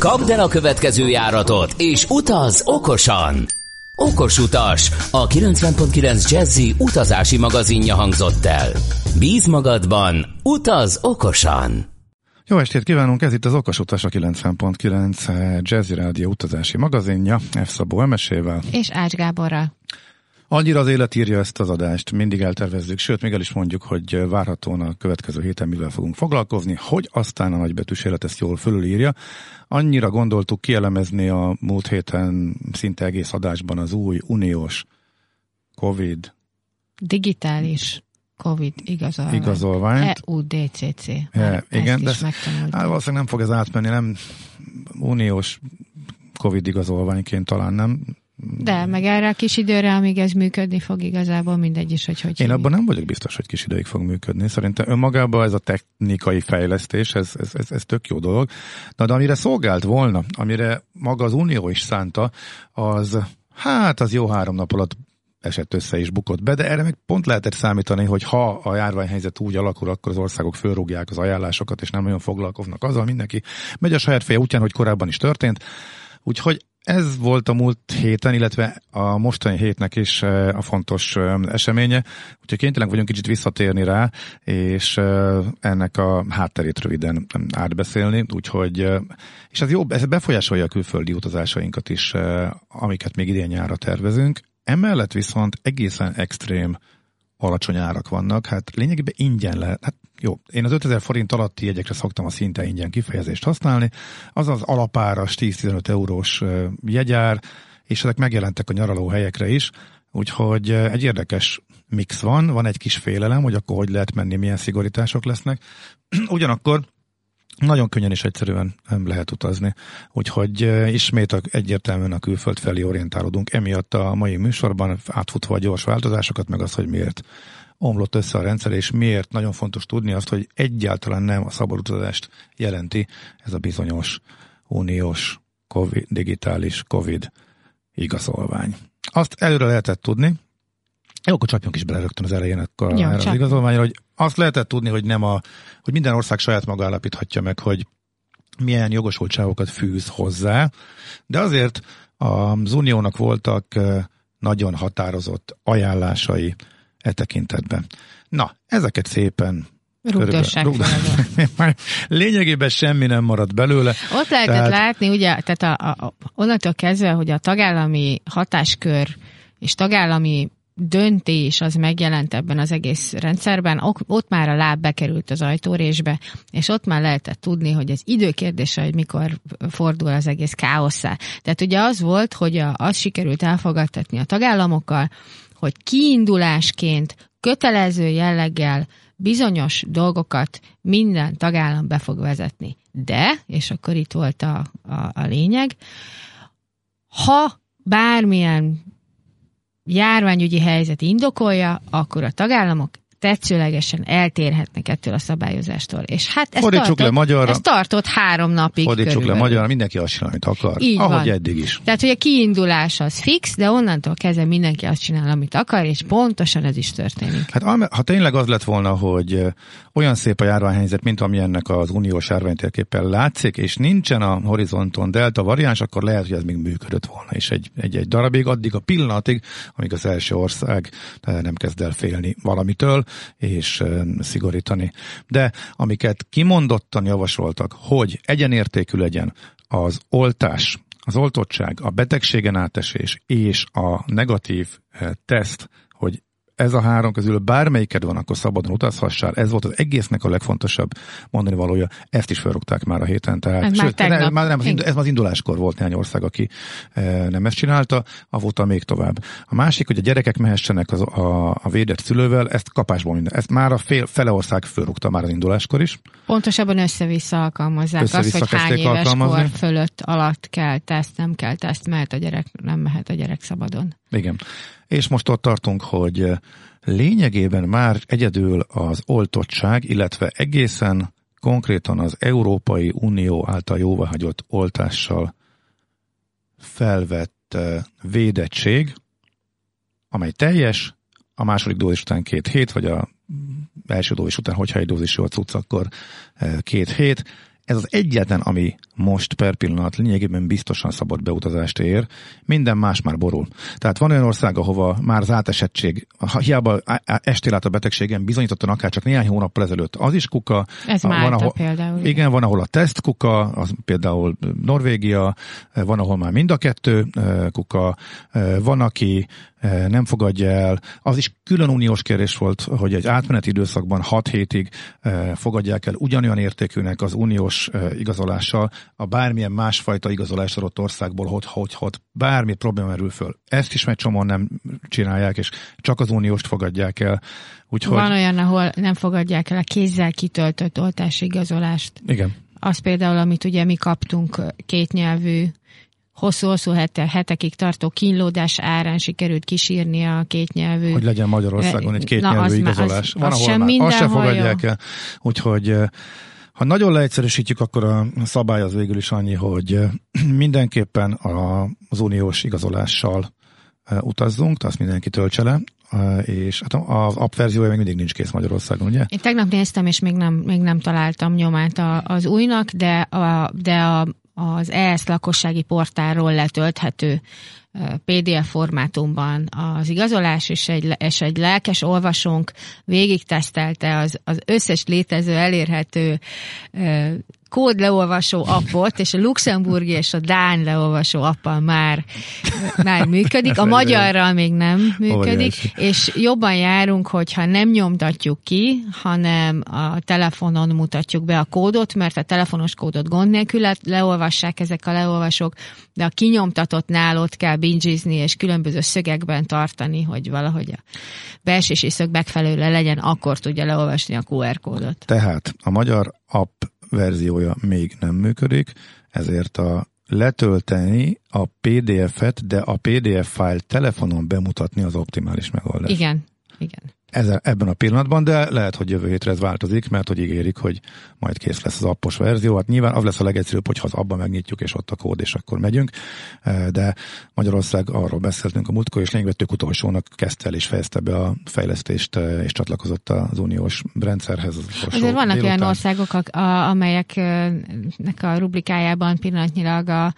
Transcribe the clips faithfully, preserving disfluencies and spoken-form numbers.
Kapd el a következő járatot, és utazz okosan! Okos utas, a kilencven pont kilenc Jazzy utazási magazinja hangzott el. Bíz magadban, utazz okosan! Jó estét kívánunk, ez itt az Okos utas, a kilencven pont kilenc Jazzy Rádió utazási magazinja, F. Szabó Emesével. És Ács Gáborral. Annyira az élet írja ezt az adást, mindig eltervezzük, sőt, még el is mondjuk, hogy várhatóan a következő héten mivel fogunk foglalkozni, hogy aztán a nagybetűs élet ezt jól fölülírja. Annyira gondoltuk kielemezni a múlt héten szinte egész adásban az új uniós Covid digitális Covid igazolványt. igazolványt. E U D C C. E, igen, de hát, valószínűleg nem fog ez átmenni, nem uniós Covid igazolványként talán nem. De, meg erre a kis időre, amíg ez működni fog, igazából mindegy is, hogy hogy Én abban nem vagyok biztos, hogy kis ideig fog működni. Szerintem önmagában ez a technikai fejlesztés, ez, ez, ez, ez tök jó dolog. Na, de amire szolgált volna, amire maga az Unió is szánta, az hát az jó három nap alatt esett össze és bukott be, de erre meg pont lehetett számítani, hogy ha a járványhelyzet úgy alakul, akkor az országok fölrúgják az ajánlásokat, és nem nagyon foglalkoznak azzal, mindenki megy a saját feje útján, hogy korábban is történt. Úgyhogy ez volt a múlt héten, illetve a mostani hétnek is a fontos eseménye, úgyhogy kénytelenek vagyunk kicsit visszatérni rá, és ennek a hátterét röviden átbeszélni, úgyhogy, és ez jó, ez befolyásolja a külföldi utazásainkat is, amiket még idén nyárra tervezünk. Emellett viszont egészen extrém alacsony árak vannak, hát lényegében ingyen lehet, hát jó, én az ötezer forint alatti jegyekre szoktam a szinte ingyen kifejezést használni, az az alapáras tíz-tizenöt eurós jegyár, és ezek megjelentek a nyaraló helyekre is, úgyhogy egy érdekes mix van, van egy kis félelem, hogy akkor hogy lehet menni, milyen szigorítások lesznek, ugyanakkor nagyon könnyen és egyszerűen nem lehet utazni, úgyhogy ismét egyértelműen a külföld felé orientálódunk, emiatt a mai műsorban átfutva a gyors változásokat, meg az, hogy miért omlott össze a rendszer, és miért nagyon fontos tudni azt, hogy egyáltalán nem a szabad utazást jelenti ez a bizonyos uniós COVID, digitális Covid igazolvány. Azt előre lehetett tudni, jó, akkor csapjunk is bele rögtön az elején akkor Jó, erre az igazolványra, hogy azt lehetett tudni, hogy nem a, hogy minden ország saját maga állapíthatja meg, hogy milyen jogosultságokat fűz hozzá, de azért az Uniónak voltak nagyon határozott ajánlásai e tekintetben. Na, ezeket szépen rúgdossák fel. Lényegében semmi nem maradt belőle. Ott lehetett tehát... látni, ugye, tehát a, a, a, onnantól kezdve, hogy a tagállami hatáskör és tagállami döntés az megjelent ebben az egész rendszerben, ott már a láb bekerült az ajtórésbe, és ott már lehetett tudni, hogy az időkérdése, hogy mikor fordul az egész káosszá. Tehát ugye az volt, hogy a, az sikerült elfogadtatni a tagállamokkal, hogy kiindulásként kötelező jelleggel bizonyos dolgokat minden tagállam be fog vezetni. De, és akkor itt volt a, a, a lényeg, ha bármilyen járványügyi helyzet indokolja, akkor a tagállamok tetszőlegesen eltérhetnek ettől a szabályozástól. És hát ez tartott, le magyarra, ez tartott három napig fordítsuk körülbelül. le magyarra, mindenki azt csinál, amit akar. Így ahogy van. eddig is. Tehát, hogy a kiindulás az fix, de onnantól kezdve mindenki azt csinál, amit akar, és pontosan ez is történik. Hát ha tényleg az lett volna, hogy olyan szép a járványhelyzet, mint ami ennek az uniós járványtérképpen látszik, és nincsen a horizonton delta variáns, akkor lehet, hogy ez még működött volna is egy, egy, egy darabig, addig a pillanatig, amíg az első ország nem kezd el félni valamitől, és szigorítani. De amiket kimondottan javasoltak, hogy egyenértékű legyen az oltás, az oltottság, a betegségen átesés és a negatív teszt, hogy ez a három közül bármelyiked van, akkor szabadon utazhassál. Ez volt az egésznek a legfontosabb mondani valója. Ezt is felrúgták már a héten. Tehát, ez sőt, már ne, már nem, ez már az induláskor volt néhány ország, aki e, nem ezt csinálta, avóta még tovább. A másik, hogy a gyerekek mehessenek az, a, a védett szülővel, ezt kapásból minden. Ezt már a fél, fele ország felrúgta már az induláskor is. Pontosabban össze-vissza alkalmazzák össze-vissza azt, hogy hány éves alkalmazni. kor fölött alatt kell teszt, nem kell teszt, mehet a gyerek, nem mehet a gyerek szabadon. Igen. És most ott tartunk, hogy lényegében már egyedül az oltottság, illetve egészen konkrétan az Európai Unió által jóváhagyott oltással felvett védettség, amely teljes, a második dózis után két hét, vagy a első dózis után, hogyha egy dózis jó a cucc, akkor két hét. Ez az egyetlen, ami most per pillanat lényegében biztosan szabad beutazást ér, minden más már borul. Tehát van olyan ország, ahova már az átesettség, ha hiába estél át a betegségen, bizonyítottan akár csak néhány hónappal ezelőtt, az is kuka. Ez van, Málta ahol, például. Igen, van, ahol a teszt kuka, az például Norvégia, van, ahol már mind a kettő kuka, van, aki nem fogadja el. Az is külön uniós kérdés volt, hogy egy átmeneti időszakban hat hétig fogadják el ugyanolyan értékűnek az uniós igazolással a bármilyen másfajta igazolás adott országból, hogy, hogy, hogy bármi probléma merül föl. Ezt is meg csomóan nem csinálják, és csak az unióst fogadják el. Úgyhogy... Van olyan, ahol nem fogadják el a kézzel kitöltött oltási igazolást. Igen. Az például, amit ugye mi kaptunk kétnyelvű, hosszú-hosszú hete, hetekig tartó kínlódás árán sikerült kisírni a kétnyelvű. Hogy legyen Magyarországon egy kétnyelvű igazolás. Az, Van, az ahol sem már azt sem hallja. fogadják el. Úgyhogy ha nagyon leegyszerűsítjük, akkor a szabály az végül is annyi, hogy mindenképpen az uniós igazolással utazzunk, azt mindenki töltse le, és hát az app verziója még mindig nincs kész Magyarországon, ugye? Én tegnap néztem, és még nem, még nem találtam nyomát a, az újnak, de, a, de a, az é e es lakossági portálról letölthető pé dé ef formátumban az igazolás, és egy, és egy lelkes olvasónk végig tesztelte az, az összes létező elérhető kódleolvasó appot, és a luxemburgi és a dán leolvasó appal már, már működik, a magyarral még nem működik, és jobban járunk, hogyha nem nyomtatjuk ki, hanem a telefonon mutatjuk be a kódot, mert a telefonos kódot gond nélkül le, leolvassák ezek a leolvasók, de a kinyomtatottnál ott kell bingizni, és különböző szögekben tartani, hogy valahogy a beesési szög megfelelően legyen, akkor tudja leolvasni a kú er kódot. Tehát a magyar app verziója még nem működik, ezért a letölteni a pé dé ef-et, de a pé dé ef fájl telefonon bemutatni az optimális megoldás. Igen, igen. Ezzel, ebben a pillanatban, de lehet, hogy jövő hétre ez változik, mert hogy ígérik, hogy majd kész lesz az appos verzió. Hát nyilván az lesz a legegyszerűbb, hogyha az abba megnyitjuk, és ott a kód, és akkor megyünk. De Magyarország, arról beszéltünk a múltkor, és lényegében tök utolsónak kezdte el és fejezte be a fejlesztést, és csatlakozott az uniós rendszerhez. Az Azért vannak délután olyan országok, amelyeknek a rubrikájában pillanatnyilag a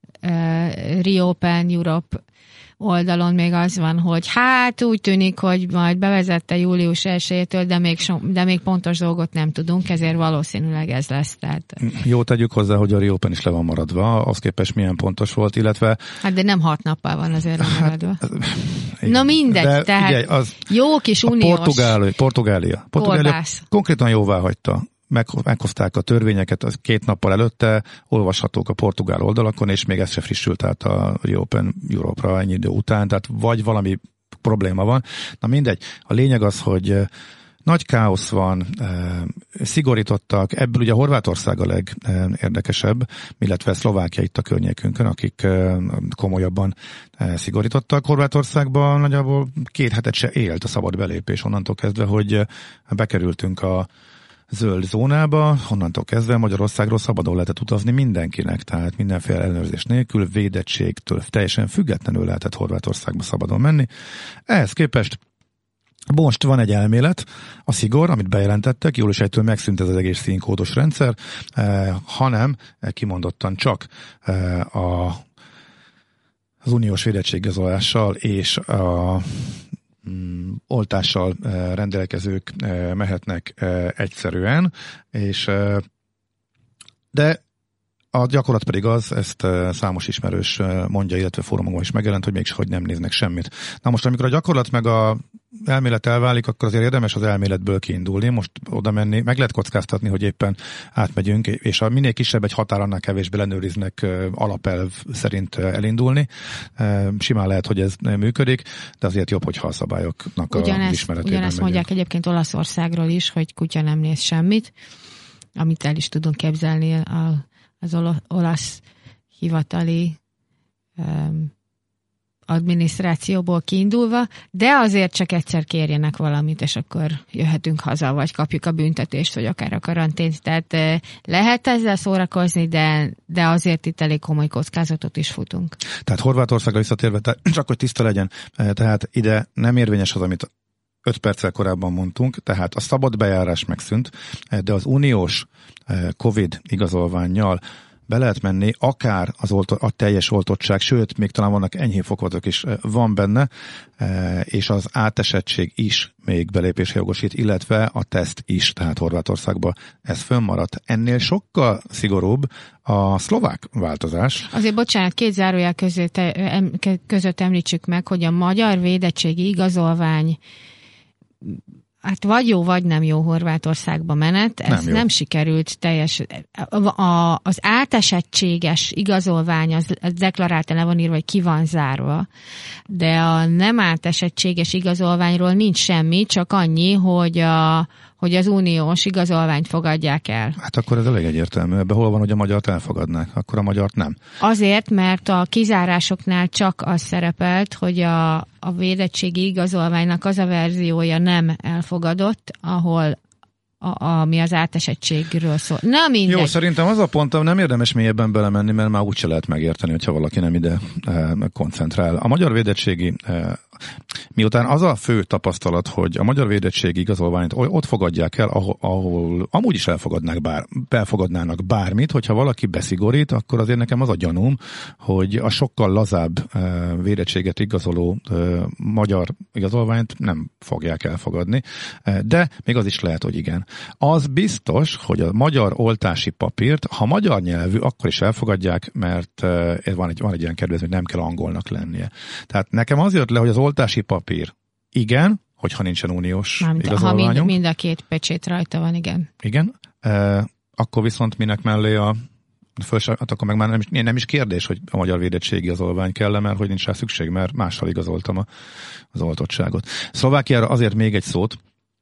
Reopen Europe oldalon még az van, hogy hát úgy tűnik, hogy majd bevezette július elsejétől, de még, so, de még pontos dolgot nem tudunk, ezért valószínűleg ez lesz. Tehát... Jó, tegyük hozzá, hogy a Reopen is le van maradva, az képest milyen pontos volt, illetve... Hát de nem hat nappal van azért lemaradva. Hát, na mindegy, de tehát figyelj, az jó kis uniós... Portugália, Portugália, Portugália konkrétan jóvá hagyta. Meghozták a törvényeket, az két nappal előtte, olvashatók a portugál oldalakon, és még ez se frissült át a Reopen Europe-ra ennyi idő után, tehát vagy valami probléma van. Na mindegy, a lényeg az, hogy nagy káosz van, szigorítottak, ebből ugye Horvátország a legérdekesebb, illetve Szlovákia itt a környékünkön, akik komolyabban szigorítottak. Horvátországban nagyjából két hetet se élt a szabad belépés, onnantól kezdve, hogy bekerültünk a zöld zónába, onnantól kezdve Magyarországról szabadon lehetett utazni mindenkinek, tehát mindenféle ellenőrzés nélkül, védettségtől teljesen függetlenül lehetett Horvátországba szabadon menni. Ehhez képest most van egy elmélet, a szigor, amit bejelentettek, július elsejétől megszűnt ez az egész színkódos rendszer, eh, hanem eh, kimondottan csak eh, a, az uniós védettségigazolással és a oltással rendelkezők mehetnek egyszerűen, és de a gyakorlat pedig az, ezt számos ismerős mondja, illetve fórumokon is megjelent, hogy mégis hogy nem néznek semmit. Na most, amikor a gyakorlat meg a elmélet elválik, akkor azért érdemes az elméletből kiindulni, most oda menni, meg lehet kockáztatni, hogy éppen átmegyünk, és a minél kisebb egy határ, annál kevésbé ellenőriznek alapelv szerint elindulni. Simán lehet, hogy ez működik, de azért jobb, hogyha a szabályoknak ugyanezt, az ismeretében ugyanezt mondják egyébként Olaszországról is, hogy kutya nem néz semmit, amit el is tudunk képzelni a az olasz hivatali um, adminisztrációból kiindulva, de azért csak egyszer kérjenek valamit, és akkor jöhetünk haza, vagy kapjuk a büntetést, vagy akár a karantént. Tehát uh, lehet ezzel szórakozni, de, de azért itt elég komoly kockázatot is futunk. Tehát Horvátországra visszatérve, tehát csak hogy tiszta legyen, tehát ide nem érvényes az, amit öt perccel korábban mondtunk, tehát a szabad bejárás megszűnt, de az uniós Covid igazolvánnyal be lehet menni, akár az olto, a teljes oltottság, sőt, még talán vannak enyhén fokozatok is van benne, és az átesettség is még belépésre jogosít, illetve a teszt is, tehát Horvátországban ez fönnmaradt. Ennél sokkal szigorúbb a szlovák változás. Azért bocsánat, két zárójel között, között említsük meg, hogy a magyar védettségi igazolvány hát vagy jó, vagy nem jó Horvátországba menet, ez nem, nem sikerült teljes. A, a, az átesettséges igazolvány, az, az deklaráltan le van írva, hogy ki van zárva, de a nem átesettséges igazolványról nincs semmi, csak annyi, hogy a hogy az uniós igazolványt fogadják el. Hát akkor ez elég egyértelmű. Ebben hol van, hogy a magyart elfogadnák? Akkor a magyart nem. Azért, mert a kizárásoknál csak az szerepelt, hogy a, a védettségi igazolványnak az a verziója nem elfogadott, ahol a, ami az átesettségről szól. Na mindegy. Jó, szerintem az a pont, nem érdemes mélyebben belemenni, mert már úgyse lehet megérteni, hogyha valaki nem ide e, koncentrál. A magyar védettségi, e, miután az a fő tapasztalat, hogy a magyar védettségi igazolványt ott fogadják el, ahol, ahol amúgy is elfogadnák bár, elfogadnának bármit, hogyha valaki beszigorít, akkor azért nekem az a gyanúm, hogy a sokkal lazább e, védettséget igazoló e, magyar igazolványt nem fogják elfogadni, e, de még az is lehet, hogy igen. Az biztos, hogy a magyar oltási papírt, ha magyar nyelvű, akkor is elfogadják, mert uh, van, egy, van egy ilyen kedvezmény, hogy nem kell angolnak lennie. Tehát nekem az jött le, hogy az oltási papír igen, hogyha nincsen uniós Mármint, igazolványunk. Ha mind, mind a két pecsét rajta van, igen. Igen, uh, akkor viszont minek mellé a Fölse, hát akkor meg már nem is, nem is kérdés, hogy a magyar védettségi igazolvány kell, mert hogy nincs rá szükség, mert mással igazoltam a, az oltottságot. Szlovákiára azért még egy szót,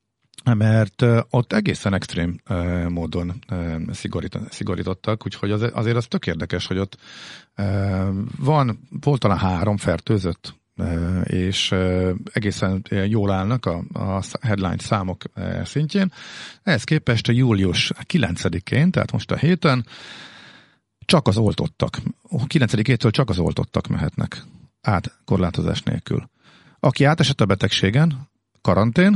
mert uh, ott egészen extrém uh, módon uh, szigorít, szigorítottak, úgyhogy az, azért az tök érdekes, hogy ott uh, van, volt talán három fertőzött, uh, és uh, egészen jól állnak a, a headline számok uh, szintjén. Ehhez képest a július kilencedikén, tehát most a héten csak az oltottak, kilencedikétől csak az oltottak mehetnek át korlátozás nélkül. Aki átesett a betegségen, karantén,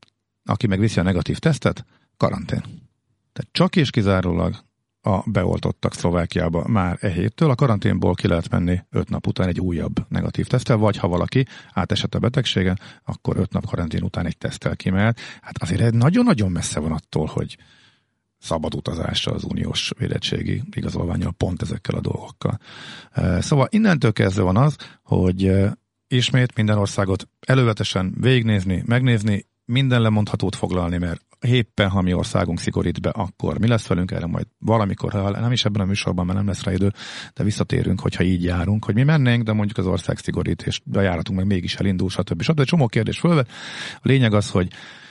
aki meg viszi a negatív tesztet, karantén. Tehát csak és kizárólag a beoltottak Szlovákiába már e héttől, a karanténból ki lehet menni öt nap után egy újabb negatív teszttel, vagy ha valaki átesett a betegségen, akkor öt nap karantén után egy teszttel kimehet. Hát azért nagyon-nagyon messze van attól, hogy szabad utazásra az uniós védettségi igazolvánnyal pont ezekkel a dolgokkal. Szóval innentől kezdve van az, hogy ismét minden országot elővetesen végignézni, megnézni, minden lemondhatót foglalni, mert éppen, ha mi országunk szigorít be, akkor mi lesz velünk, erre majd valamikor, nem is ebben a műsorban, mert nem lesz rá idő, de visszatérünk, hogyha így járunk, hogy mi mennénk, de mondjuk az ország szigorít, és a járatunk meg mégis elindul, stb. stb. Egy csomó kérdés fölvet. A lényeg az, hogy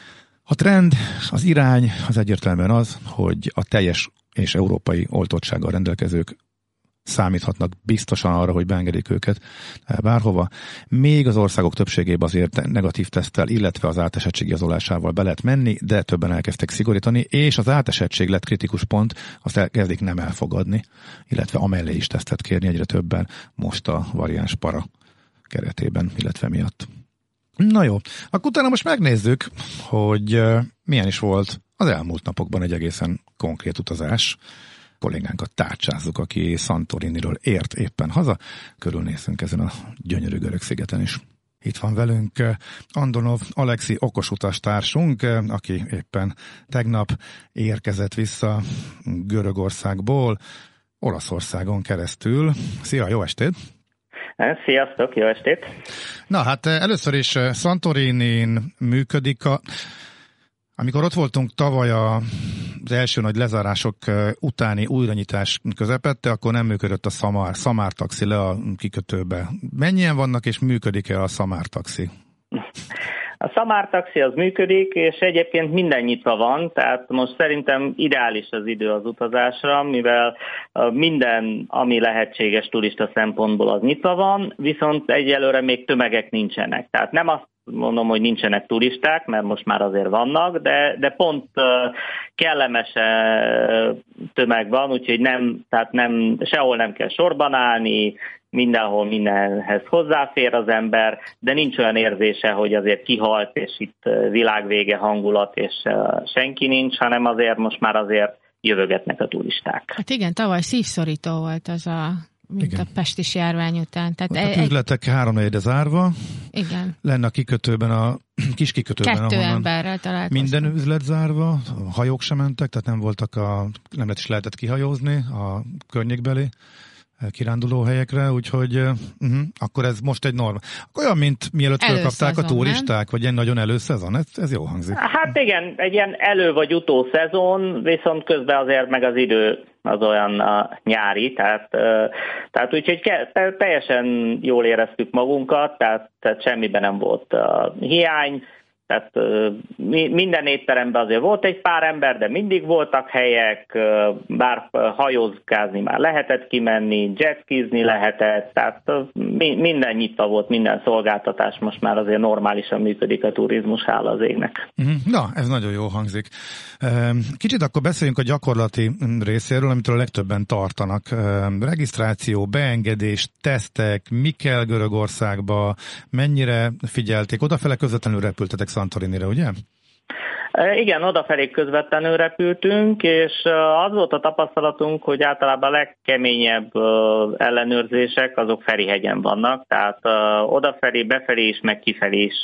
a trend, az irány az egyértelműen az, hogy a teljes és európai oltottsággal rendelkezők számíthatnak biztosan arra, hogy beengedik őket bárhova. Még az országok többségében azért negatív teszttel, illetve az átesettség igazolásával be lehet menni, de többen elkezdtek szigorítani, és az átesettség lett kritikus pont, azt elkezdik nem elfogadni, illetve amellé is tesztet kérni egyre többen most a variáns para keretében, illetve miatt. Na jó, akkor utána most megnézzük, hogy milyen is volt az elmúlt napokban egy egészen konkrét utazás. Kollégánkat tárcsázzuk, aki Santoriniről ért éppen haza. Körülnézünk ezen a gyönyörű görög szigeten is. Itt van velünk Andonov Alexi okosutástársunk, aki éppen tegnap érkezett vissza Görögországból, Olaszországon keresztül. Szia, jó estét! Sziasztok, jó estét! Na hát először is Santorinin működik a... Amikor ott voltunk tavaly a, az első nagy lezárások utáni újranyitás közepette, akkor nem működött a Szamár, Szamár taxi le a kikötőbe. Mennyien vannak, és működik-e a Szamár taxi? A Szamár taxi az működik, és egyébként minden nyitva van, tehát most szerintem ideális az idő az utazásra, mivel minden, ami lehetséges turista szempontból az nyitva van, viszont egyelőre még tömegek nincsenek. Tehát nem azt mondom, hogy nincsenek turisták, mert most már azért vannak, de, de pont kellemes tömeg van, úgyhogy nem, tehát nem, sehol nem kell sorban állni, mindenhol mindenhez hozzáfér az ember, de nincs olyan érzése, hogy azért kihalt, és itt világvége hangulat, és senki nincs, hanem azért most már azért jövögetnek a turisták. Hát igen, tavaly szívszorító volt az a, mint igen. a pestis járvány után. Tehát hát a üzletek háromnegyede zárva. Igen. Lenne a kikötőben, a kis kikötőben, Kettő emberrel találkoztunk. Minden üzlet zárva, a hajók sem mentek, tehát nem voltak a, nem is lehetett kihajózni a környékbeli kiránduló helyekre, úgyhogy uh-huh, akkor ez most egy norma. Olyan, mint mielőtt felkapták a turisták, nem? Vagy egy nagyon előszezon, ez, ez jó hangzik. Hát igen, egy ilyen elő vagy utó szezon, viszont közben azért meg az idő az olyan a nyári, tehát, tehát úgyhogy ke, teljesen jól éreztük magunkat, tehát, tehát semmiben nem volt uh, hiány. Tehát minden étteremben azért volt egy pár ember, de mindig voltak helyek, bár hajózkázni már lehetett kimenni, jetskizni lehetett, tehát minden nyitva volt, minden szolgáltatás most már azért normálisan működik a turizmus, hála az égnek. Na, ez nagyon jó hangzik. Kicsit akkor beszéljünk a gyakorlati részéről, amitől a legtöbben tartanak. Regisztráció, beengedés, tesztek, mi kell Görögországba, mennyire figyelték, odafele közvetlenül repültetek Santorinire, ugye? Igen, odafelé közvetlenül repültünk, és az volt a tapasztalatunk, hogy általában a legkeményebb ellenőrzések azok Ferihegyen vannak, tehát odafelé, befelé is, meg kifelé is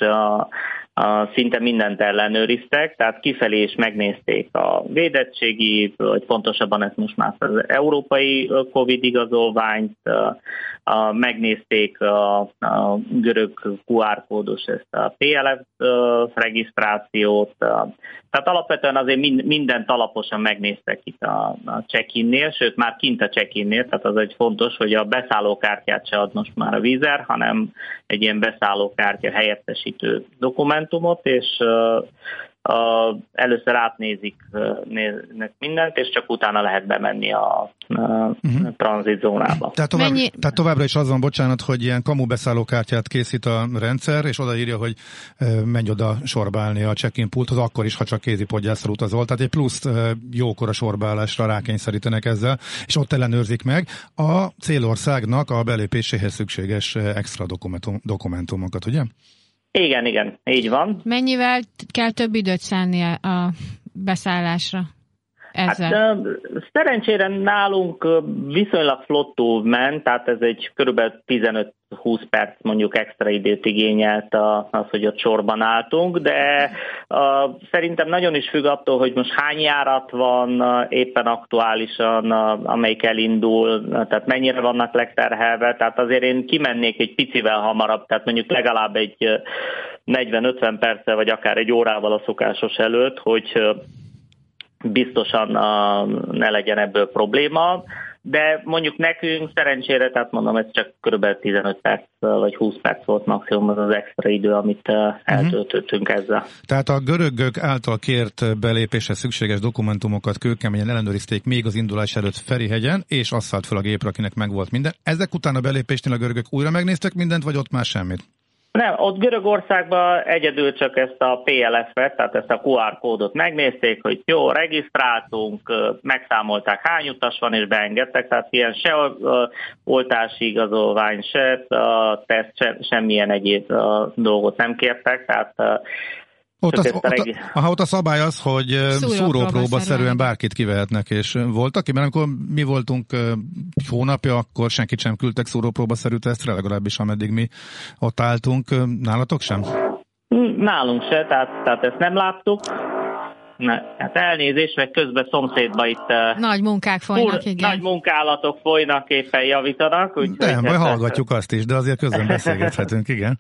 a, szinte mindent ellenőriztek, tehát kifelé is megnézték a védettségi, vagy pontosabban ez most már az európai Covid igazolványt, a, megnézték a, a görög kú ár kódos, ezt a pé el ef regisztrációt, a, tehát alapvetően azért mind, mindent alaposan megnéztek itt a, a check-innél, sőt már kint a check-innél, tehát az egy fontos, hogy a beszállókártyát se ad most már a Wizz, hanem egy ilyen beszállókártya helyettesítő dokumentumot, és uh, uh, először átnézik néznek mindent, és csak utána lehet bemenni a uh, uh-huh. tranzitzónába. Tehát, tovább, tehát továbbra is az van, bocsánat, hogy ilyen kamu beszállókártyát készít a rendszer, és odaírja, hogy uh, menj oda sorbálni a check-in pulthoz, akkor is, ha csak kézipodgyásztal utazol. Tehát egy plusz uh, jókora sorbálásra rákényszerítenek ezzel, és ott ellenőrzik meg a célországnak a belépéséhez szükséges extra dokumentum, dokumentumokat, ugye? Igen, igen, így van. Mennyivel kell több időt szánni a beszállásra ezzel? Hát, szerencsére nálunk viszonylag flottul ment, tehát ez egy körülbelül tizenöt-húsz perc mondjuk extra időt igényelt az, hogy ott sorban álltunk, de uh, szerintem nagyon is függ attól, hogy most hány járat van éppen aktuálisan, amelyik elindul, tehát mennyire vannak legterhelve, tehát azért én kimennék egy picivel hamarabb, tehát mondjuk legalább egy negyven-ötven perccel, vagy akár egy órával a szokásos előtt, hogy biztosan uh, ne legyen ebből probléma, de mondjuk nekünk szerencsére, tehát mondom, ez csak kb. tizenöt perc vagy húsz perc volt maximum az az extra idő, amit uh, eltöltöttünk uh-huh. ezzel. Tehát a görögök által kért belépéshez szükséges dokumentumokat kőkeményen ellenőrizték még az indulás előtt Ferihegyen, és azt szállt fel a gépre, akinek megvolt minden. Ezek után a belépésnél a görögök újra megnéztek mindent, vagy ott már semmit? Nem, ott Görögországban egyedül csak ezt a pé el ef-et, tehát ezt a kú ár kódot megnézték, hogy jó, regisztráltunk, megszámolták hány utas van, és beengedtek, tehát ilyen se oltási igazolvány, se a teszt, se, semmilyen egyéb dolgot nem kértek, tehát Ott, az, ott, a, aha, ott a szabály az, hogy szúrópróba-szerűen bárkit kivehetnek, és volt aki, mert amikor mi voltunk hónapja, akkor senkit sem küldtek szúrópróba-szerű tesztre, legalábbis ameddig mi ott álltunk. Nálatok sem? Nálunk se, tehát, tehát ezt nem láttuk. Na, hát elnézést, meg közben szomszédba itt nagy munkák folynak, fur, igen. Nagy munkálatok folynak, éppen javítanak. Úgy, nem, majd hallgatjuk azt is, de azért közben beszélgethetünk, igen.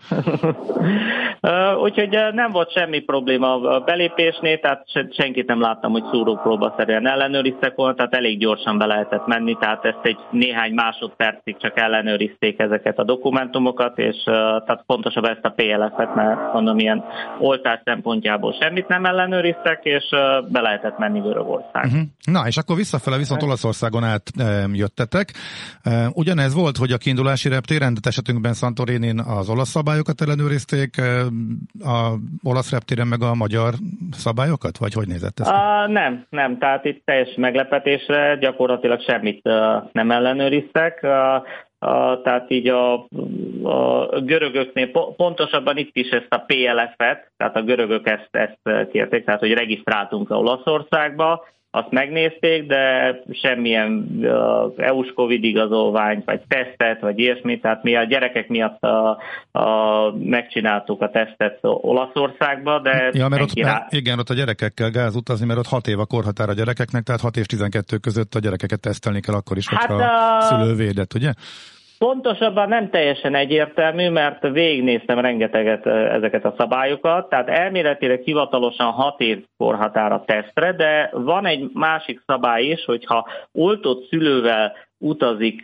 Úgyhogy nem volt semmi probléma a belépésnél, tehát senkit nem láttam, hogy szúrópróbaszerűen ellenőriztek volna, tehát elég gyorsan be lehetett menni, tehát ezt egy néhány másodpercig csak ellenőrizték ezeket a dokumentumokat, és tehát pontosabb ezt a pé el ef-et, mert mondom, ilyen oltás szempontjából semmit nem ellenőriztek, és be lehetett menni Görögország. Uh-huh. Na, és akkor visszafele viszont Olaszországon át e, jöttetek. E, ugyanez volt, hogy a kiindulási reptéren, de esetünkben Santorinin az olasz szabályokat ellenőrizték, e, a olasz reptéren meg a magyar szabályokat? Vagy hogy nézett ez? Uh, nem, nem. Tehát itt teljes meglepetésre gyakorlatilag semmit uh, nem ellenőriztek. Uh, Uh, tehát így a, a görögöknél, pontosabban itt is ezt a pé el ef-et, tehát a görögök ezt, ezt kérték, tehát hogy regisztráltunk a Olaszországba, azt megnézték, de semmilyen é u-s Covid igazolványt, vagy tesztet, vagy ilyesmit, tehát mi a gyerekek miatt a, a, megcsináltuk a tesztet Olaszországba, de... Ja, mert ott, rá... mert igen, ott a gyerekekkel gáz utazni, mert ott hat év a korhatár a gyerekeknek, tehát hat és tizenkettő között a gyerekeket tesztelni kell akkor is, hogyha hát a, a szülő védett, ugye? Pontosabban nem teljesen egyértelmű, mert végignéztem rengeteget ezeket a szabályokat, tehát elméletileg hivatalosan hat év korhatár a tesztre, de van egy másik szabály is, hogyha oltott szülővel utazik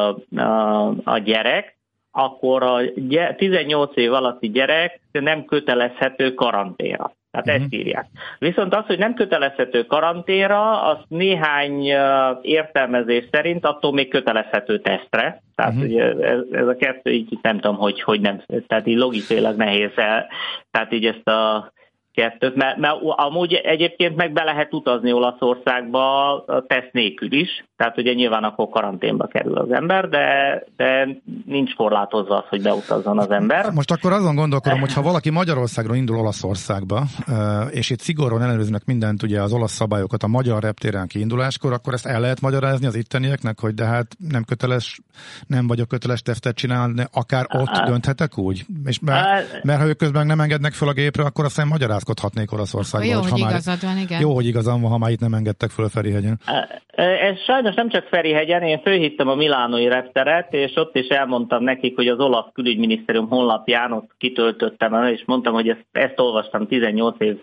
a gyerek, akkor a tizennyolc év alatti gyerek nem kötelezhető karanténra. Tehát uh-huh. ezt írják. Viszont az, hogy nem kötelezhető karanténra, az néhány értelmezés szerint attól még kötelezhető tesztre. Tehát uh-huh. ugye ez, ez a kettő így nem tudom, hogy, hogy nem, tehát így logikailag nehéz el, tehát így ezt a kettőt, mert, mert amúgy egyébként meg be lehet utazni Olaszországba a teszt nélkül is, tehát ugye nyilván akkor karanténba kerül az ember, de, de nincs korlátozva az, hogy beutazzon az ember. Most akkor azon gondolkodom, hogy ha valaki Magyarországról indul Olaszországba, és itt szigorúan ellenőriznek mindent, ugye az olasz szabályokat a magyar reptéren kiinduláskor, akkor ezt el lehet magyarázni az ittenieknek, hogy de hát nem köteles, nem vagyok köteles tesztet csinálni, akár ott dönthetek úgy? És mert, mert ha ők közben nem engednek fel a gépre, akkor aztán magyarázkodhatnék Olaszországban. Jó, hogy, hogy ha igazad van, igen. Jó, hogy igazam van, ha már itt nem engedtek föl a Ferihegyen. Ez sajnos nem csak Ferihegyen, én fölhívtam a milánói repteret, és ott is elmondtam nekik, hogy az olasz külügyminisztérium honlapján ott kitöltöttem el, és mondtam, hogy ezt, ezt olvastam tizennyolc év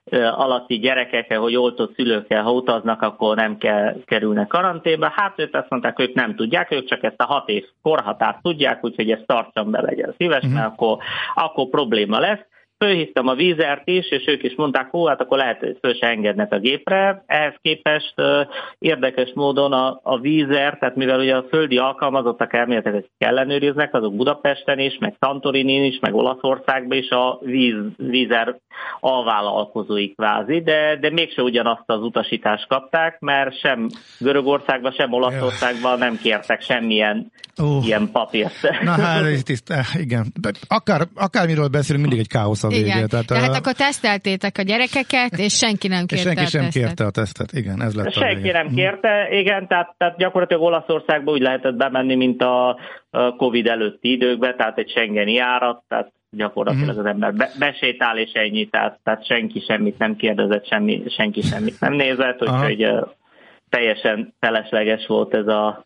alatti gyerekekkel, hogy oltott szülőkkel, ha utaznak, akkor nem kell kerülnek karanténba. Hát ők azt mondták, ők nem tudják, ők csak ezt a hat év korhatárt tudják, úgyhogy ezt tartsam be, legyen szíves, uh-huh. mert akkor, akkor probléma lesz. Fölhívtam a Vízert is, és ők is mondták, hú, hát akkor lehet, hogy föl se engednek a gépre. Ehhez képest uh, érdekes módon a, a Vízer, tehát mivel ugye a földi alkalmazottak elméletek ellenőriznek, azok Budapesten is, meg Santorinin is, meg Olaszországban is a víz, Vízer alvállalkozói kvázi, de, de mégse ugyanazt az utasítást kapták, mert sem Görögországban, sem Olaszországban nem kértek semmilyen uh. ilyen papírt. Na hát, tiszt, igen. Akár, akármiről beszélünk, mindig egy káosz a vége. Igen. Tehát, Tehát akkor teszteltétek a gyerekeket, és senki nem kérte és senki a sem tesztet. kérte a tesztet. Igen, ez lett senki a vége. nem kérte, igen, tehát, tehát gyakorlatilag Olaszországba úgy lehetett bemenni, mint a Covid előtti időkben, tehát egy schengeni járat, tehát gyakorlatilag uh-huh. az ember be, besétál és ennyi, tehát, tehát senki semmit nem kérdezett, semmi, senki semmit nem nézett, úgyhogy uh, teljesen felesleges volt ez a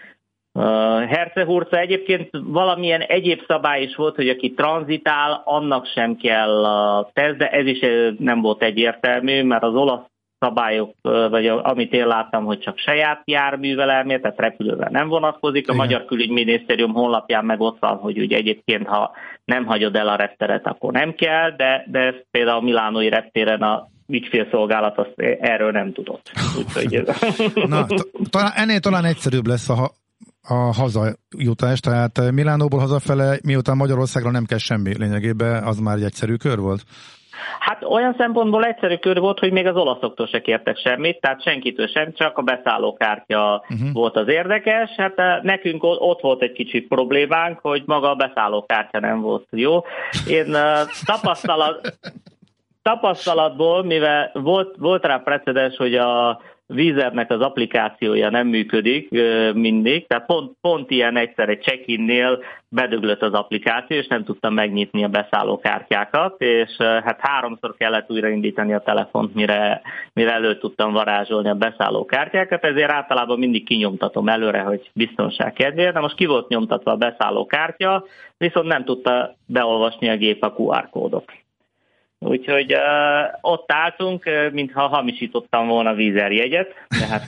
Uh, Hercehurca. Egyébként valamilyen egyéb szabály is volt, hogy aki tranzitál, annak sem kell a teszt, de ez is nem volt egyértelmű, mert az olasz szabályok, vagy amit én láttam, hogy csak saját járművel elmér, tehát repülővel nem vonatkozik. A Igen. Magyar Külügyminisztérium honlapján meg ott van, hogy ugye egyébként, ha nem hagyod el a repteret, akkor nem kell, de, de például a milánói reptéren a ügyfélszolgálat azt erről nem tudott. Úgyhogy Na, talán, ennél talán egyszerűbb lesz a a hazajutás, tehát Milánóból hazafele, miután Magyarországra nem kell semmi lényegében, az már egy egyszerű kör volt? Hát olyan szempontból egyszerű kör volt, hogy még az olaszoktól se kértek semmit, tehát senkitől sem, csak a beszállókártya uh-huh. volt az érdekes. Hát nekünk ott volt egy kicsit problémánk, hogy maga a beszállókártya nem volt jó. Én tapasztalat, tapasztalatból, mivel volt, volt rá precedens, hogy a Vízernek az applikációja nem működik mindig, tehát pont, pont ilyen egyszer egy check-innél bedöglött az applikáció, és nem tudtam megnyitni a beszállókártyákat, és hát háromszor kellett újraindítani a telefont, mire, mire elő tudtam varázsolni a beszállókártyákat, ezért általában mindig kinyomtatom előre, hogy biztonság kedvéért, de most ki volt nyomtatva a beszállókártya, viszont nem tudta beolvasni a gép a kú ár kódot. Úgyhogy uh, ott álltunk, uh, mintha hamisítottam volna Vízer jegyet. De hát,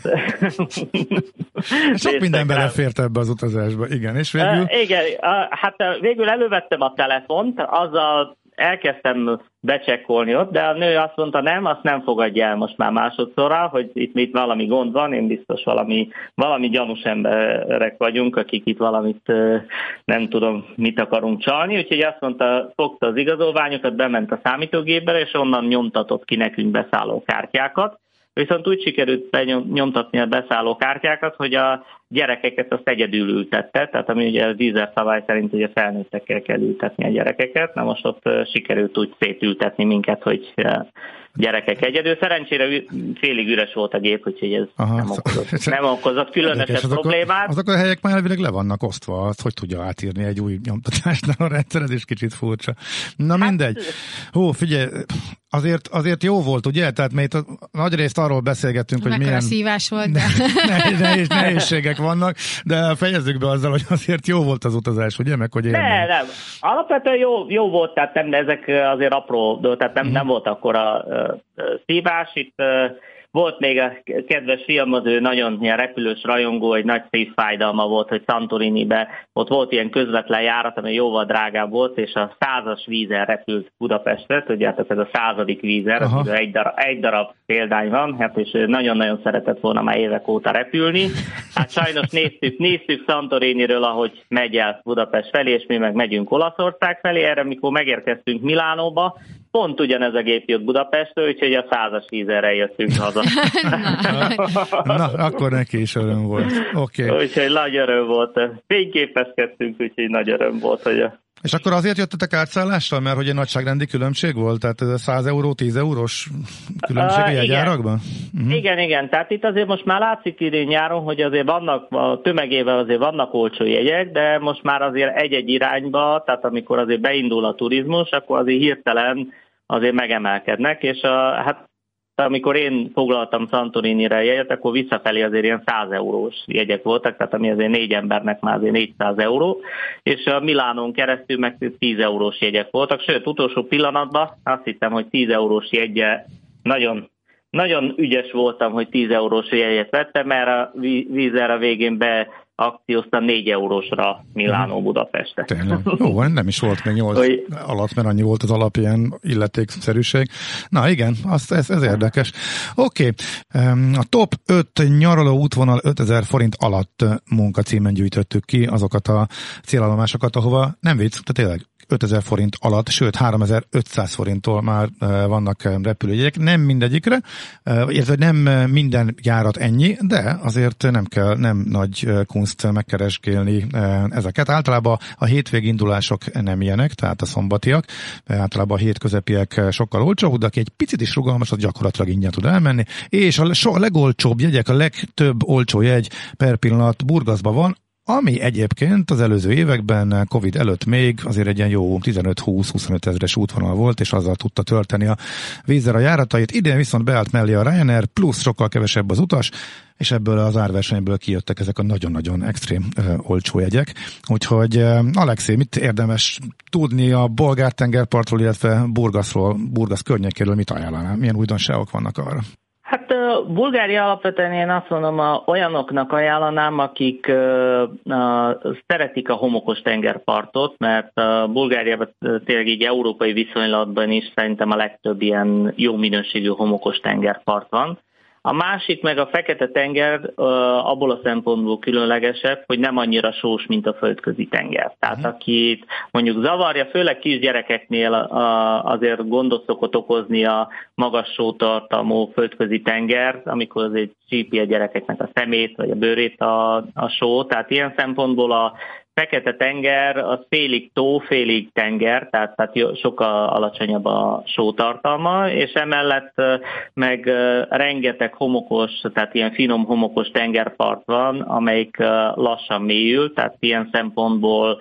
sok minden belefért ebbe az utazásba, igen. És végül? Uh, igen, uh, hát uh, végül elővettem a telefont, azzal elkezdtem becsekkolni ott, de a nő azt mondta, nem, azt nem fogadja el most már másodszorra, hogy itt, itt valami gond van, én biztos valami, valami gyanús emberek vagyunk, akik itt valamit nem tudom, mit akarunk csalni, úgyhogy azt mondta, fogta az igazolványokat, bement a számítógépbe, és onnan nyomtatott ki nekünk beszállókártyákat. Viszont úgy sikerült nyomtatni a beszállókártyákat, hogy a gyerekeket azt egyedül ültette, tehát ami ugye a Vízer szabály szerint ugye felnőttekkel kell ültetni a gyerekeket, na most ott sikerült úgy szétültetni minket, hogy gyerekek egyedül. Szerencsére félig üres volt a gép, úgyhogy ez Aha, nem okozott, nem okozott különösebb problémát. Azok a helyek már elvileg le vannak osztva, azt hogy tudja átírni egy új nyomtatásnál a rendszer, ez is kicsit furcsa. Na hát, mindegy. Hú, figyelj, azért, azért jó volt, ugye? Tehát még nagy részt arról beszélgettünk, hogy milyen szívás volt, de... nehéz, nehéz, nehézségek vannak, de fejezzük be azzal, hogy azért jó volt az utazás, ugye? Meg hogy élmény. Ne, nem. Alapvetően jó, jó volt, tehát nem, ezek azért apró, tehát nem, mm. nem volt akkora uh, szívás. Itt uh, volt még a kedves fiam, az ő nagyon ilyen repülős rajongó, egy nagy szívfájdalma volt, hogy Santorinibe, ott volt ilyen közvetlen járat, ami jóval drágább volt, és a százas vízer repült Budapestre, tudjátok, ez a századik vízer, egy darab, egy darab példány van, hát és nagyon-nagyon szeretett volna már évek óta repülni. Hát sajnos néztük, néztük Santoriniről, ahogy megy el Budapest felé, és mi meg megyünk Olaszország felé, erre mikor megérkeztünk Milánóba, pont ugyanez a gép jött Budapestről, úgyhogy a százas vízerrel jöttünk haza. Na, na, akkor neki is öröm volt. Okay. Úgyhogy nagy öröm volt. Fényképezkedtünk, úgyhogy nagy öröm volt, hogy a... És akkor azért jöttetek átszállással, mert hogy egy nagyságrendi különbség volt? Tehát ez a száz euró, tíz eurós különbség a jegyárakban? Uh-huh. Igen, igen. Tehát itt azért most már látszik idén nyáron, hogy azért vannak, a tömegével azért vannak olcsó jegyek, de most már azért egy-egy irányba, tehát amikor azért beindul a turizmus, akkor azért hirtelen azért megemelkednek, és a, hát amikor én foglaltam Santorinire jegyet, akkor visszafelé azért ilyen száz eurós jegyek voltak, tehát ami azért négy embernek már azért négyszáz euró, és a Milánon keresztül meg tíz eurós jegyek voltak, sőt, utolsó pillanatban azt hittem, hogy tíz eurós jegye nagyon, nagyon ügyes voltam, hogy tíz eurós jegyet vettem, mert a vízzel a végén be akcióztam négy eurósra Milánó Budapestre. Tényleg. Jó, nem is volt még nyolc hogy... alatt, mert annyi volt az alapján illetékszerűség. Na igen, azt, ez, ez érdekes. Oké, okay. A top öt nyaraló útvonal ötezer forint alatt munkacímen gyűjtöttük ki azokat a célállomásokat, ahova nem vicc, tehát tényleg ötezer forint alatt, sőt háromezer-ötszáz forinttól már vannak repülőjegyek, nem mindegyikre, illetve nem minden járat ennyi, de azért nem kell, nem nagy kunst megkeresgélni ezeket. Általában a hétvégi indulások nem ilyenek, tehát a szombatiak, általában a hétközepiek sokkal olcsóbb, de aki egy picit is rugalmas, az gyakorlatilag ingyen tud elmenni, és a, a legolcsóbb jegyek, a legtöbb olcsó jegy per pillanat Burgaszban van, ami egyébként az előző években, Covid előtt még azért egy ilyen jó tizenöt-húsz-huszonöt ezeres útvonal volt, és azzal tudta tölteni a vízzel a járatait. Idén viszont beállt mellé a Ryanair, plusz sokkal kevesebb az utas, és ebből az árversenyből kijöttek ezek a nagyon-nagyon extrém ö, olcsó jegyek. Úgyhogy ö, Alexé, mit érdemes tudni a bolgár tengerpartról, illetve Burgaszról, Burgasz környékéről, mit ajánlanál? Milyen újdonságok vannak arra? Hát Bulgária alapvetően én azt mondom, a, olyanoknak ajánlanám, akik uh, uh, szeretik a homokos tengerpartot, mert uh, Bulgáriában tényleg így európai viszonylatban is szerintem a legtöbb ilyen jó minőségű homokos tengerpart van. A másik meg a Fekete-tenger uh, abból a szempontból különlegesebb, hogy nem annyira sós, mint a földközi tenger. Tehát uh-huh. akit mondjuk zavarja, főleg kisgyerekeknél uh, azért gondot szokott okozni a magas sótartalmú földközi tenger, amikor azért csípi a gyerekeknek a szemét vagy a bőrét a, a só. Tehát ilyen szempontból a Fekete-tenger az félig tó, félig tenger, tehát, tehát sokkal alacsonyabb a sótartalma, és emellett meg rengeteg homokos, tehát ilyen finom homokos tengerpart van, amelyik lassan mélyül, tehát ilyen szempontból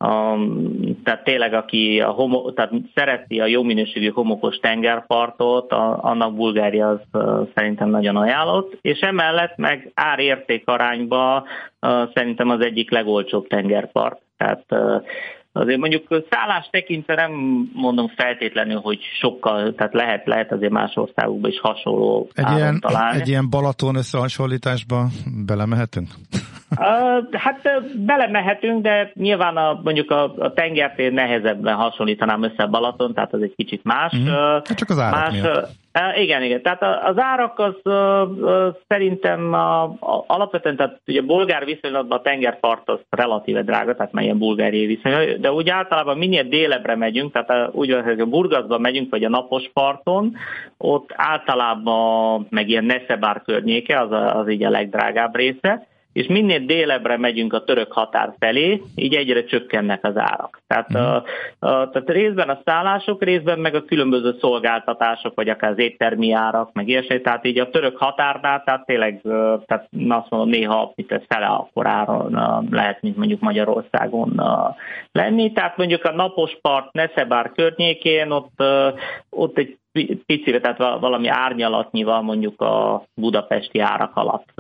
Um, tehát tényleg, aki a homo, tehát szereti a jó minőségű homokos tengerpartot, a, annak Bulgária az uh, szerintem nagyon ajánlott, és emellett meg ár-érték arányba uh, szerintem az egyik legolcsóbb tengerpart. Tehát uh, azért mondjuk szállás tekintve nem mondom feltétlenül, hogy sokkal, tehát lehet, lehet azért más országokban is hasonló egy ilyen, találni. Egy ilyen Balaton összehasonlításba belemehetünk? Uh, hát belemehetünk, de nyilván a, mondjuk a, a tengert nehezebben hasonlítanám össze a Balaton, tehát az egy kicsit más. Mm. Uh, csak az árak más, uh, igen, igen. Tehát az árak az uh, uh, szerintem uh, alapvetően, tehát ugye bolgár viszonylatban a tengerpart az relatíve drága, tehát már ilyen bulgáriai viszonylat, de úgy általában minél délebbre megyünk, tehát úgy van, hogy a Burgaszban megyünk, vagy a napos parton, ott általában meg ilyen Nesebár környéke, az, a, az így a legdrágább része. és minél délebbre megyünk a török határ felé, így egyre csökkennek az árak. Tehát, mm. a, a, tehát részben a szállások, részben meg a különböző szolgáltatások, vagy akár az éttermi árak, meg ilyesmi, tehát így a török határnál, tehát tényleg, tehát azt mondom, néha itt ez fele akkor áron lehet, mint mondjuk Magyarországon lenni, tehát mondjuk a napos part Neszebár környékén, ott, ott egy picire, tehát valami árnyalatnyival mondjuk a budapesti árak alatt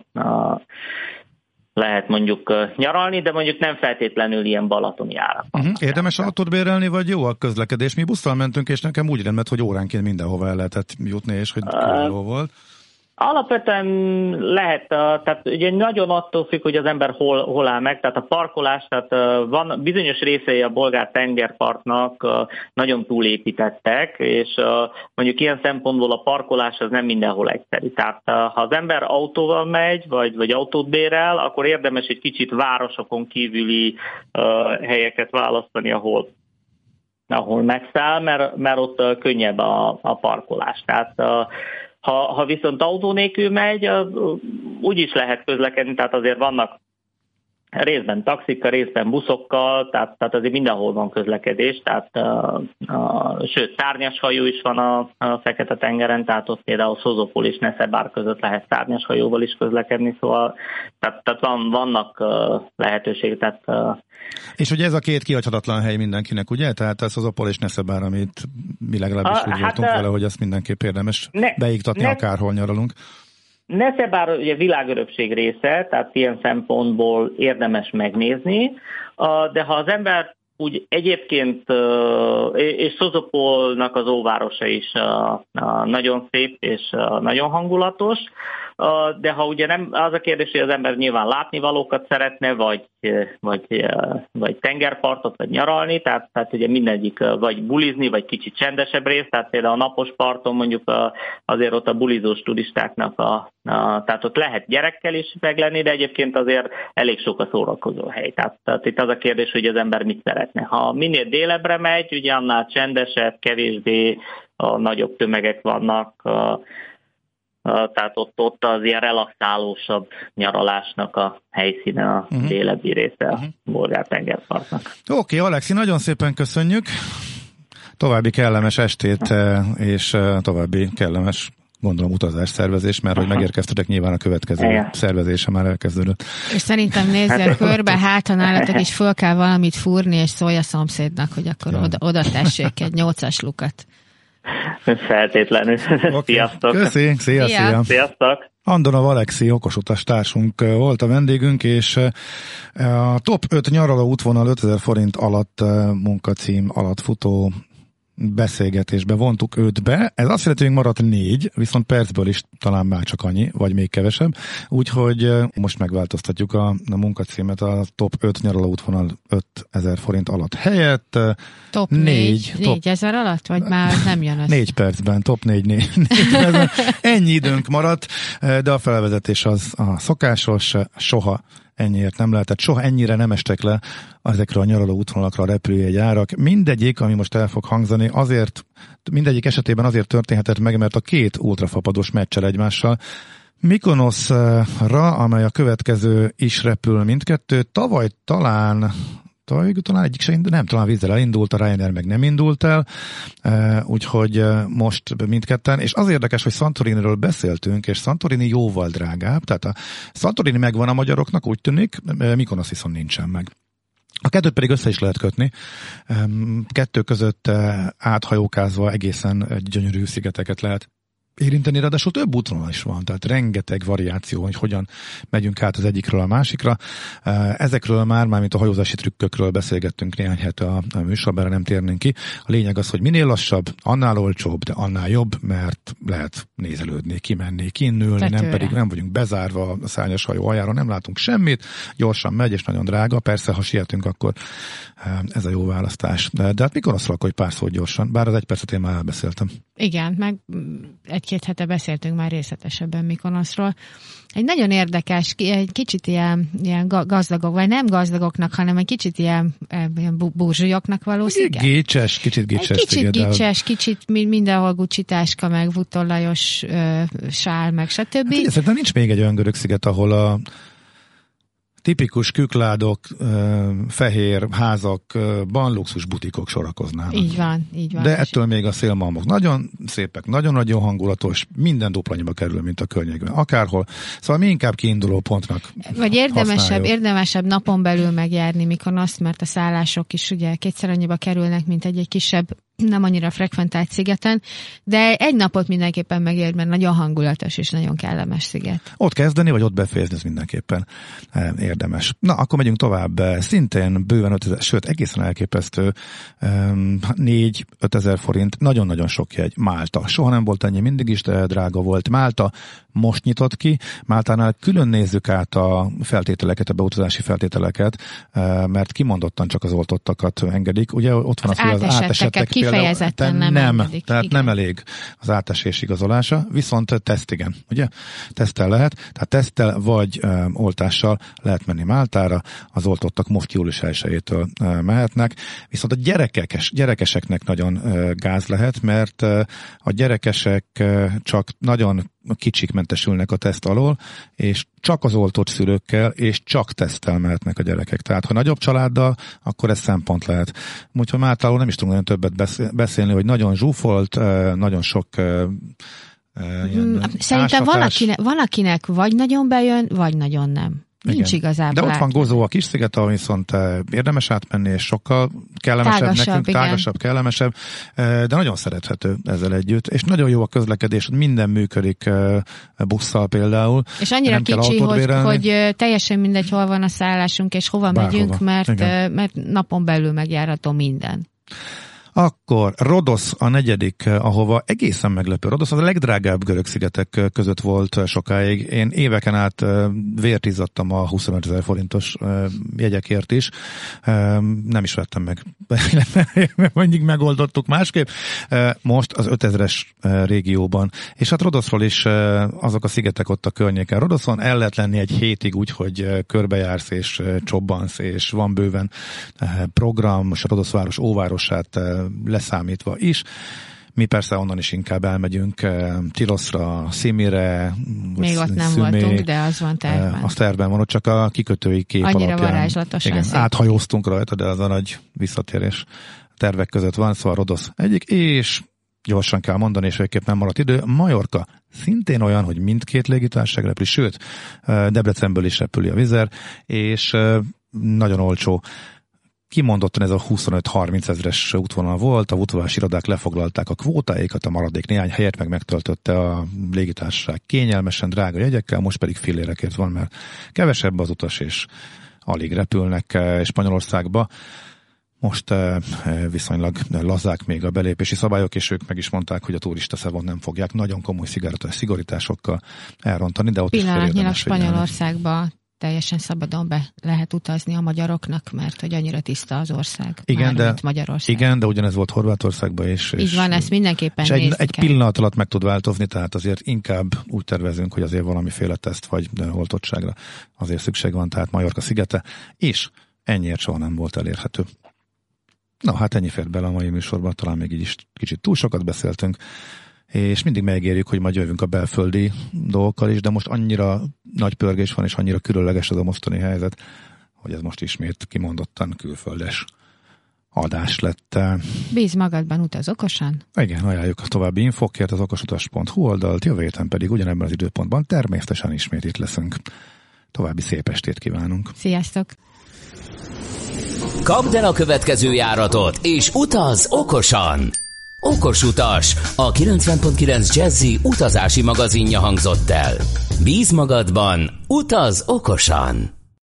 lehet mondjuk nyaralni, de mondjuk nem feltétlenül ilyen balatoni árak. Uh-huh. Érdemes autót bérelni, vagy jó a közlekedés? Mi busszal mentünk, és nekem úgy rendelt, hogy óránként mindenhova el lehetett jutni, és hogy uh, jó volt. Alapvetően lehet, tehát ugye nagyon attól függ, hogy az ember hol, hol áll meg, tehát a parkolás, tehát van bizonyos részei a bolgár tengerpartnak nagyon túlépítettek, és mondjuk ilyen szempontból a parkolás az nem mindenhol egyszerű. Tehát ha az ember autóval megy, vagy, vagy autót bérel, akkor érdemes egy kicsit városokon kívüli helyeket választani, ahol ahol megszáll, mert, mert ott könnyebb a, a parkolás. Tehát Ha, ha viszont autó nélkül megy, úgy is lehet közlekedni, tehát azért vannak részben taxikkal, részben buszokkal, tehát, tehát azért mindenhol van közlekedés, tehát a, a, sőt, szárnyas hajó is van a, a Fekete-tengeren, tehát ott például Szozopol és Neszebár között lehet szárnyas hajóval is közlekedni, szóval tehát, tehát van, vannak uh, lehetőségek. Tehát, uh, és ugye ez a két kihagyhatatlan hely mindenkinek, ugye? Tehát a Szozopol és Neszebár, amit mi legalábbis úgy hát voltunk a, vele, hogy azt mindenképp érdemes ne, beiktatni, ne, akárhol nyaralunk. Neszebár ugye világörökség része, tehát ilyen szempontból érdemes megnézni, de ha az ember úgy egyébként, és Szozopolnak az óvárosa is nagyon szép és nagyon hangulatos, de ha ugye nem, az a kérdés, hogy az ember nyilván látnivalókat szeretne, vagy, vagy, vagy tengerpartot, vagy nyaralni, tehát, tehát ugye mindegyik vagy bulizni, vagy kicsit csendesebb rész, tehát például a napos parton mondjuk azért ott a bulizós turistáknak, a, a, tehát ott lehet gyerekkel is meglenni, de egyébként azért elég sok a szórakozó hely. Tehát, tehát itt az a kérdés, hogy az ember mit szeretne. Ha minél délebbre megy, ugye annál csendesebb, kevésbé a nagyobb tömegek vannak, a, tehát ott, ott az ilyen relaxálósabb nyaralásnak a helyszíne a uh-huh. délebbi része a uh-huh. bolgár tengerpartnak. Oké, okay, Alexi, nagyon szépen köszönjük. További kellemes estét, és további kellemes, gondolom, utazás szervezés, mert hogy megérkeztetek, nyilván a következő Igen. szervezése már elkezdődött. És szerintem nézzél körbe, hát ha nálatok is föl kell valamit fúrni, és szólj a szomszédnak, hogy akkor ja. oda, oda tessék egy nyolcas lukat. Feltétlenül. Okay. Sziasztok! Köszi, szia, szia! szia. Sziasztok! Andonov Alexi okosutas társunk volt a vendégünk, és a top öt nyaraló útvonal ötezer forint alatt munkacím alatt futó beszélgetésbe vontuk őt be. Ez azt jelenti, hogy maradt négy, viszont percből is talán már csak annyi, vagy még kevesebb. Úgyhogy most megváltoztatjuk a, a munkacímet, a top öt nyaraló útvonal ötezer forint alatt helyett. Top négy. négyezer alatt? Vagy már nem jön az? négy percben, top négy, négy, négy percben. Ennyi időnk maradt, de a felvezetés az a szokásos, soha ennyiért nem lehetett, soha ennyire nem estek le ezekre a nyaraló útvonalakra a repülőjegy árak. Mindegyik, ami most el fog hangzani, azért, mindegyik esetében azért történhetett meg, mert a két ultrafapados meccsel egymással Mykonoszra, amely a következő is repül mindkettő, tavaly talán Tavaly talán egyik se indult, nem, talán vízzel elindult, a Ryanair meg nem indult el, úgyhogy most mindketten, és az érdekes, hogy Santoriniről beszéltünk, és Santorini jóval drágább, tehát a Santorini megvan a magyaroknak, úgy tűnik, Mykonosz viszont nincsen meg. A kettőt pedig össze is lehet kötni. Kettő között áthajókázva egészen gyönyörű szigeteket lehet érinteni, ráadásul több útvonal is van, tehát rengeteg variáció, hogy hogyan megyünk át az egyikről a másikra. Ezekről már, mármint a hajózási trükkökről beszélgettünk néhány hete a, a műsorban, erre nem térnénk ki. A lényeg az, hogy minél lassabb, annál olcsóbb, de annál jobb, mert lehet nézelődni, kimenni, kinnülni, Tetőre. Nem pedig nem vagyunk bezárva a szárnyas hajó aljára, nem látunk semmit, gyorsan megy, és nagyon drága. Persze, ha sietünk, akkor ez a jó választás. De, de hát mikor azt rakod, hogy pár szót gyorsan, bár az egy percet én már elbeszéltem. Igen, meg egy-két hete beszéltünk már részletesebben Mykonoszról. Egy nagyon érdekes, egy kicsit ilyen, ilyen gazdagok, vagy nem gazdagoknak, hanem egy kicsit ilyen, ilyen burzsúlyoknak való sziget. Gicses, kicsit gicses. Egy kicsit gicses, kicsit mindenhol Gucci táska, meg Vuitton Lajos sál, meg stb. Hát, ugye, szerintem nincs még egy olyan görög sziget, ahol a tipikus kükládok, fehér házakban luxusbutikok sorakoznának. Így van, így van. De ettől még a szélmalmok nagyon szépek, nagyon-nagyon hangulatos, minden duplanyiba kerül, mint a környékben. Akárhol. Szóval mi inkább kiinduló pontnak Vagy érdemesebb, használjuk. érdemesebb napon belül megjárni Mykonoszt, mert a szállások is ugye kétszer annyiba kerülnek, mint egy-egy kisebb, nem annyira frekventált szigeten, de egy napot mindenképpen megér, mert nagyon hangulatos és nagyon kellemes sziget. Ott kezdeni, vagy ott befejezni, ez mindenképpen érdemes. Na, akkor megyünk tovább. Szintén bőven ötezer, sőt, egészen elképesztő négy-öt ezer forint, nagyon-nagyon sok jegy. Málta. Soha nem volt ennyi, mindig is drága volt. Málta most nyitott ki. Máltánál külön nézzük át a feltételeket, a beutazási feltételeket, mert kimondottan csak az oltottakat engedik. Ugye ott van az, az hogy az átesettek kifejezetten nem, nem engedik. Tehát igen. nem elég az átesés igazolása, viszont teszt igen, ugye? Teszttel lehet, tehát teszttel vagy ö, oltással lehet menni Máltára, az oltottak most július elsejétől ö, mehetnek, viszont a gyerekekes, gyerekeseknek nagyon ö, gáz lehet, mert ö, a gyerekesek ö, csak nagyon kicsik mentesülnek a teszt alól, és csak az oltott szülőkkel, és csak teszttel mehetnek a gyerekek. Tehát, ha nagyobb családdal, akkor ez szempont lehet. Úgyhogy Máltáról nem is tudunk nagyon többet beszélni, hogy nagyon zsúfolt, nagyon sok ilyen Szerintem van akinek, van, akinek vagy nagyon bejön, vagy nagyon nem. Nincs igen. igazából. De ott átmenni. van Gozó, a kis sziget, ahol viszont érdemes átmenni, és sokkal kellemesebb tágasabb, nekünk, igen. tágasabb, kellemesebb, de nagyon szerethető ezzel együtt, és nagyon jó a közlekedés, minden működik busszal például. És annyira kicsi, hogy, hogy teljesen mindegy, hol van a szállásunk, és hova Bárhova. megyünk, mert, mert napon belül megjárható minden. Akkor Rodosz a negyedik, ahova egészen meglepő. Rodosz az a legdrágább görög szigetek között volt sokáig. Én éveken át vért izzadtam a huszonöt ezer forintos jegyekért is. Nem is vettem meg. Mindig megoldottuk másképp. Most az ötezres régióban. És hát Rodoszról is azok a szigetek ott a környéken. Rodoszon el lehet lenni egy hétig úgy, hogy körbejársz és csobbansz, és van bőven program, és a Rodosz város óvárosát leszámítva is. Mi persze onnan is inkább elmegyünk Tiroszra, Szimire. Még ott nem Szümé, voltunk, de az van tervben. Az tervben van, ott csak a kikötői kép annyira alapján. Annyira varázslatosan igen, áthajóztunk rajta, de az a nagy visszatérés tervek között van, szóval Rodosz egyik, és gyorsan kell mondani, és egyébként nem maradt idő. Majorka szintén olyan, hogy mindkét légitársaság repül, sőt, Debrecenből is repüli a Wizzair, és nagyon olcsó. Kimondottan ez a huszonöt-harminc ezres útvonal volt, a útvonalas irodák lefoglalták a kvótáikat, a maradék néhány helyet meg megtöltötte a légitársaság kényelmesen drága jegyekkel, most pedig fillérekért van, mert kevesebb az utas, és alig repülnek Spanyolországba. Most viszonylag lazák még a belépési szabályok, és ők meg is mondták, hogy a turista szezon nem fogják nagyon komoly szigorításokkal elrontani, de ott pillanatnyilag Spanyolországba teljesen szabadon be lehet utazni a magyaroknak, mert hogy annyira tiszta az ország. Igen, már, de, mint Magyarország. igen, de ugyanez volt Horvátországban is. Így van, ezt mindenképpen és egy, egy pillanat alatt meg tud változni, tehát azért inkább úgy tervezünk, hogy azért valamiféle teszt vagy oltottságra azért szükség van, tehát Majorka szigete, és ennyiért soha nem volt elérhető. Na, hát ennyi fért bele a mai műsorban, talán még így is kicsit túl sokat beszéltünk, és mindig megérjük, hogy majd jövünk a belföldi dolgokkal is, de most annyira nagy pörgés van, és annyira különleges az a mostani helyzet, hogy ez most ismét kimondottan külföldes adás lett. Bíz magadban, utaz okosan. Igen, ajánljuk a további infokért az okosutas pont hu oldalt, jövő héten pedig ugyanebben az időpontban természetesen ismét itt leszünk. További szép estét kívánunk. Sziasztok! Kapd el a következő járatot, és utaz okosan! Okos utas, a kilencven pont kilenc Jazzy utazási magazinja hangzott el. Bíz magadban, utaz okosan!